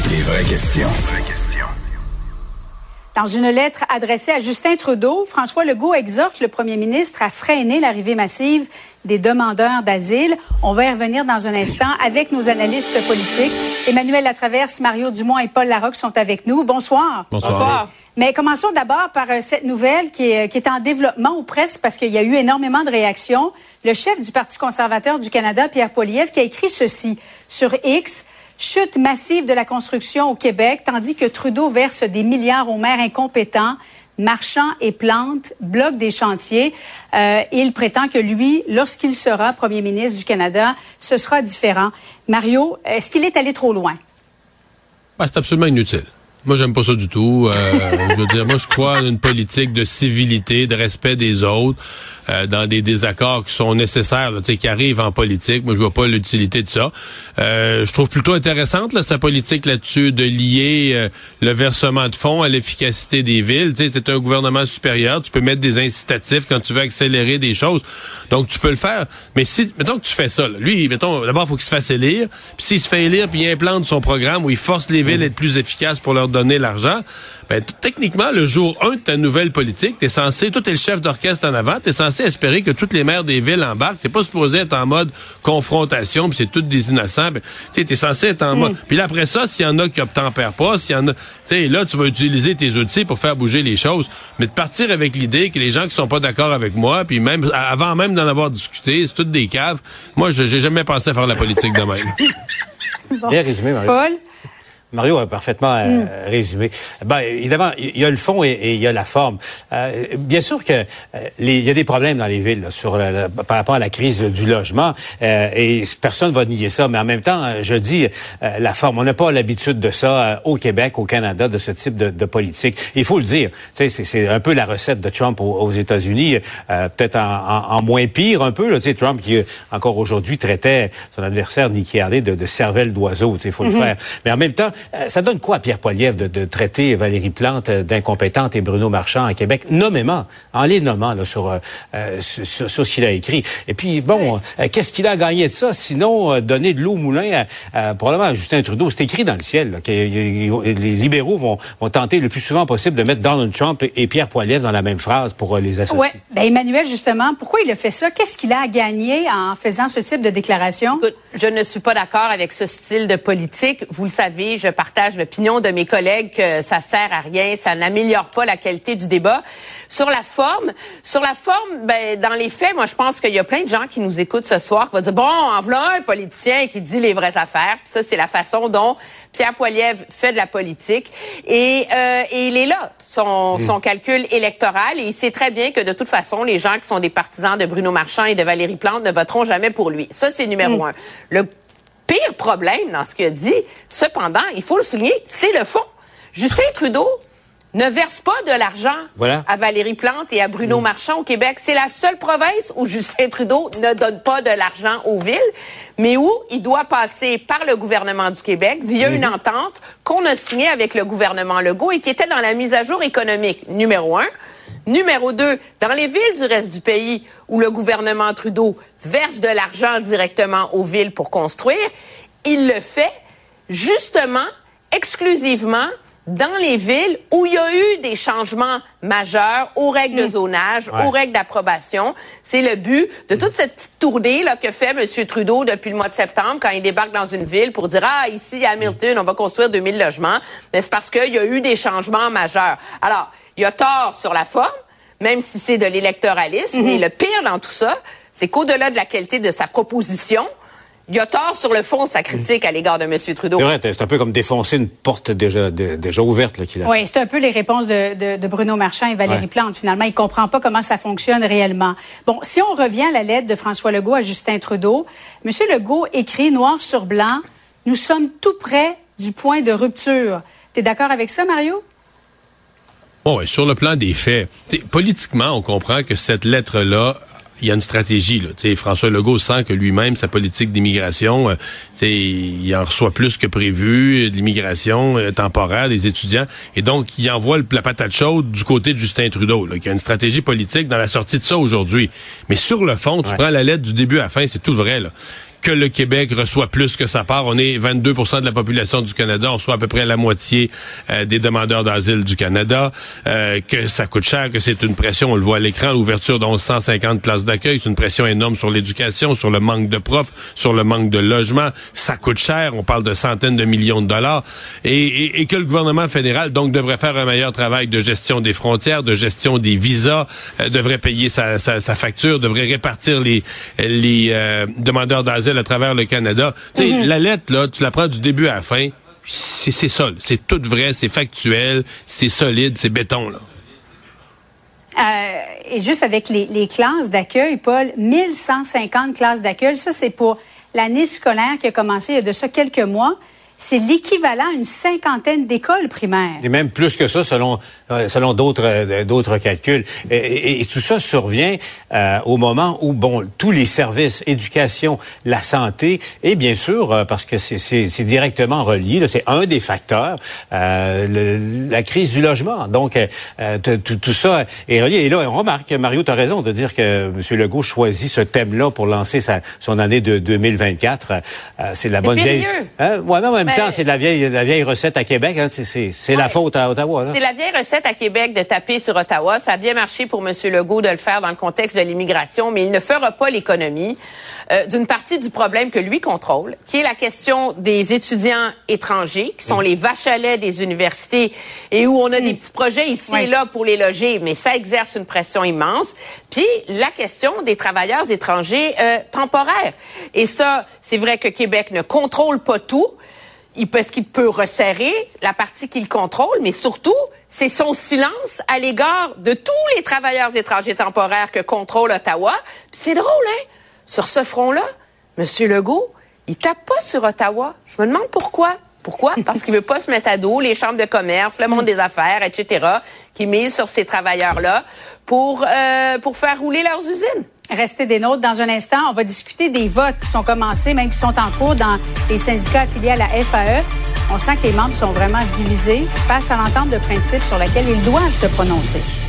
Les vraies questions. Dans une lettre adressée à Justin Trudeau, François Legault exhorte le premier ministre à freiner l'arrivée massive des demandeurs d'asile. On va y revenir dans un instant avec nos analystes politiques. Emmanuel Latraverse, Mario Dumont et Paul Larocque sont avec nous. Bonsoir. Bonsoir. Mais commençons d'abord par cette nouvelle qui est en développement ou presque parce qu'il y a eu énormément de réactions. Le chef du Parti conservateur du Canada, Pierre Poilievre, qui a écrit ceci sur X. Chute massive de la construction au Québec, tandis que Trudeau verse des milliards aux maires incompétents, Marchand et Plante bloquent des chantiers. Il prétend que lui, lorsqu'il sera premier ministre du Canada, ce sera différent. Mario, est-ce qu'il est allé trop loin? C'est absolument inutile. Moi, j'aime pas ça du tout. Je veux dire, moi, je crois à une politique de civilité, de respect des autres, dans des désaccords qui sont nécessaires, là, qui arrivent en politique. Moi, je vois pas l'utilité de ça. Je trouve plutôt intéressante là, sa politique là-dessus de lier le versement de fonds à l'efficacité des villes. Tu sais, t'es un gouvernement supérieur, tu peux mettre des incitatifs quand tu veux accélérer des choses. Donc, tu peux le faire. Mais si, mettons que tu fais ça, là, lui, mettons, d'abord, il faut qu'il se fasse élire. Puis s'il se fait élire, puis il implante son programme où il force les villes à être plus efficaces pour leur donner l'argent, ben techniquement, le jour 1 de ta nouvelle politique, t'es censé, toi t'es le chef d'orchestre en avant, t'es censé espérer que toutes les maires des villes embarquent, t'es pas supposé être en mode confrontation, puis c'est tous des innocents, ben, t'es censé être en mode... Puis là, après ça, s'il y en a qui obtempèrent pas, s'il y en a... là, tu vas utiliser tes outils pour faire bouger les choses, mais de partir avec l'idée que les gens qui sont pas d'accord avec moi, puis même avant même d'en avoir discuté, c'est toutes des caves, moi, j'ai jamais pensé à faire la politique de même. Bon. Bien résumé, Mario. Paul? Mario a parfaitement résumé. Ben, évidemment, il y a le fond et il y a la forme. Bien sûr que il y a des problèmes dans les villes là, par rapport à la crise du logement et personne va nier ça. Mais en même temps, je dis la forme. On n'a pas l'habitude de ça au Québec, au Canada, de ce type de politique. Il faut le dire. C'est un peu la recette de Trump aux États-Unis, peut-être en moins pire un peu. Là, Trump qui encore aujourd'hui traitait son adversaire Nikki Haley de cervelle d'oiseau. Il faut le faire. Mais en même temps, ça donne quoi à Pierre Poilievre de traiter Valérie Plante d'incompétente et Bruno Marchand à Québec, nommément, en les nommant là, sur ce qu'il a écrit. Et puis, bon, qu'est-ce qu'il a gagné de ça, sinon donner de l'eau au moulin probablement à Justin Trudeau. C'est écrit dans le ciel là, que les libéraux vont tenter le plus souvent possible de mettre Donald Trump et Pierre Poilievre dans la même phrase pour les associer. Oui, ben Emmanuel, justement, pourquoi il a fait ça? Qu'est-ce qu'il a à gagner en faisant ce type de déclaration? Écoute, je ne suis pas d'accord avec ce style de politique. Vous le savez, je partage l'opinion de mes collègues que ça sert à rien, ça n'améliore pas la qualité du débat. Sur la forme, ben dans les faits, moi je pense qu'il y a plein de gens qui nous écoutent ce soir qui vont dire bon, en voilà un politicien qui dit les vraies affaires. Puis ça c'est la façon dont Pierre Poilievre fait de la politique et il est là son calcul électoral et il sait très bien que de toute façon les gens qui sont des partisans de Bruno Marchand et de Valérie Plante ne voteront jamais pour lui. Ça c'est numéro un. Le pire problème dans ce qu'il a dit, cependant, il faut le souligner, c'est le fond. Justin Trudeau ne verse pas de l'argent à Valérie Plante et à Bruno Marchand au Québec. C'est la seule province où Justin Trudeau ne donne pas de l'argent aux villes, mais où il doit passer par le gouvernement du Québec via une entente qu'on a signée avec le gouvernement Legault et qui était dans la mise à jour économique, numéro 1. Numéro 2, dans les villes du reste du pays où le gouvernement Trudeau verse de l'argent directement aux villes pour construire, il le fait justement, exclusivement, dans les villes où il y a eu des changements majeurs aux règles de zonage, aux règles d'approbation. C'est le but de toute cette petite tournée là, que fait M. Trudeau depuis le mois de septembre quand il débarque dans une ville pour dire « Ah, ici, à Hamilton, on va construire 2000 logements. » Mais c'est parce qu'il y a eu des changements majeurs. Alors, il a tort sur la forme, même si c'est de l'électoralisme. Mais le pire dans tout ça, c'est qu'au-delà de la qualité de sa proposition, il a tort sur le fond de sa critique à l'égard de M. Trudeau. C'est vrai, c'est un peu comme défoncer une porte déjà ouverte là, qu'il a. Oui, c'est un peu les réponses de Bruno Marchand et Valérie Plante. Finalement, il comprend pas comment ça fonctionne réellement. Bon, si on revient à la lettre de François Legault à Justin Trudeau, M. Legault écrit noir sur blanc, « Nous sommes tout près du point de rupture ». T'es d'accord avec ça, Mario? Bon, sur le plan des faits, politiquement, on comprend que cette lettre-là, il y a une stratégie. Là. François Legault sent que lui-même, sa politique d'immigration, il en reçoit plus que prévu, de l'immigration temporaire des étudiants. Et donc, il envoie la patate chaude du côté de Justin Trudeau, là, qui a une stratégie politique dans la sortie de ça aujourd'hui. Mais sur le fond, tu prends la lettre du début à la fin, c'est tout vrai. Là. que le Québec reçoit plus que sa part. On est 22 % de la population du Canada. On reçoit à peu près la moitié des demandeurs d'asile du Canada. Que ça coûte cher, que c'est une pression, on le voit à l'écran, l'ouverture de 1150 classes d'accueil, c'est une pression énorme sur l'éducation, sur le manque de profs, sur le manque de logements. Ça coûte cher, on parle de centaines de millions de dollars. Et que le gouvernement fédéral, donc, devrait faire un meilleur travail de gestion des frontières, de gestion des visas, devrait payer sa facture, devrait répartir les demandeurs d'asile à travers le Canada. Tu sais, la lettre, là, tu la prends du début à la fin, c'est ça, c'est tout vrai, c'est factuel, c'est solide, c'est béton, là. Et juste avec les classes d'accueil, Paul, 1150 classes d'accueil, ça c'est pour l'année scolaire qui a commencé il y a de ça quelques mois. C'est l'équivalent à une cinquantaine d'écoles primaires. Et même plus que ça, selon d'autres calculs. Et tout ça survient au moment où, tous les services, éducation, la santé, et bien sûr, parce que c'est directement relié, là, c'est un des facteurs, la crise du logement. Donc, tout ça est relié. Et là, on remarque, Mario, tu as raison de dire que M. Legault choisit ce thème-là pour lancer son année de 2024. C'est la bonne vieille... Ouais, non, en même temps, c'est de la vieille recette à Québec. Hein. C'est la faute à Ottawa. Là. C'est la vieille recette à Québec de taper sur Ottawa. Ça a bien marché pour M. Legault de le faire dans le contexte de l'immigration, mais il ne fera pas l'économie d'une partie du problème que lui contrôle, qui est la question des étudiants étrangers, qui sont les vaches à lait des universités et où on a des petits projets ici et là pour les loger, mais ça exerce une pression immense. Puis la question des travailleurs étrangers temporaires. Et ça, c'est vrai que Québec ne contrôle pas tout. Parce qu'il peut resserrer la partie qu'il contrôle, mais surtout, c'est son silence à l'égard de tous les travailleurs étrangers temporaires que contrôle Ottawa. Puis c'est drôle, hein? Sur ce front-là, M. Legault, il tape pas sur Ottawa. Je me demande pourquoi. Pourquoi? Parce qu'il veut pas se mettre à dos les chambres de commerce, le monde des affaires, etc., qui misent sur ces travailleurs-là pour faire rouler leurs usines. Restez des nôtres. Dans un instant, on va discuter des votes qui sont commencés, même qui sont en cours dans les syndicats affiliés à la FAE. On sent que les membres sont vraiment divisés face à l'entente de principe sur laquelle ils doivent se prononcer.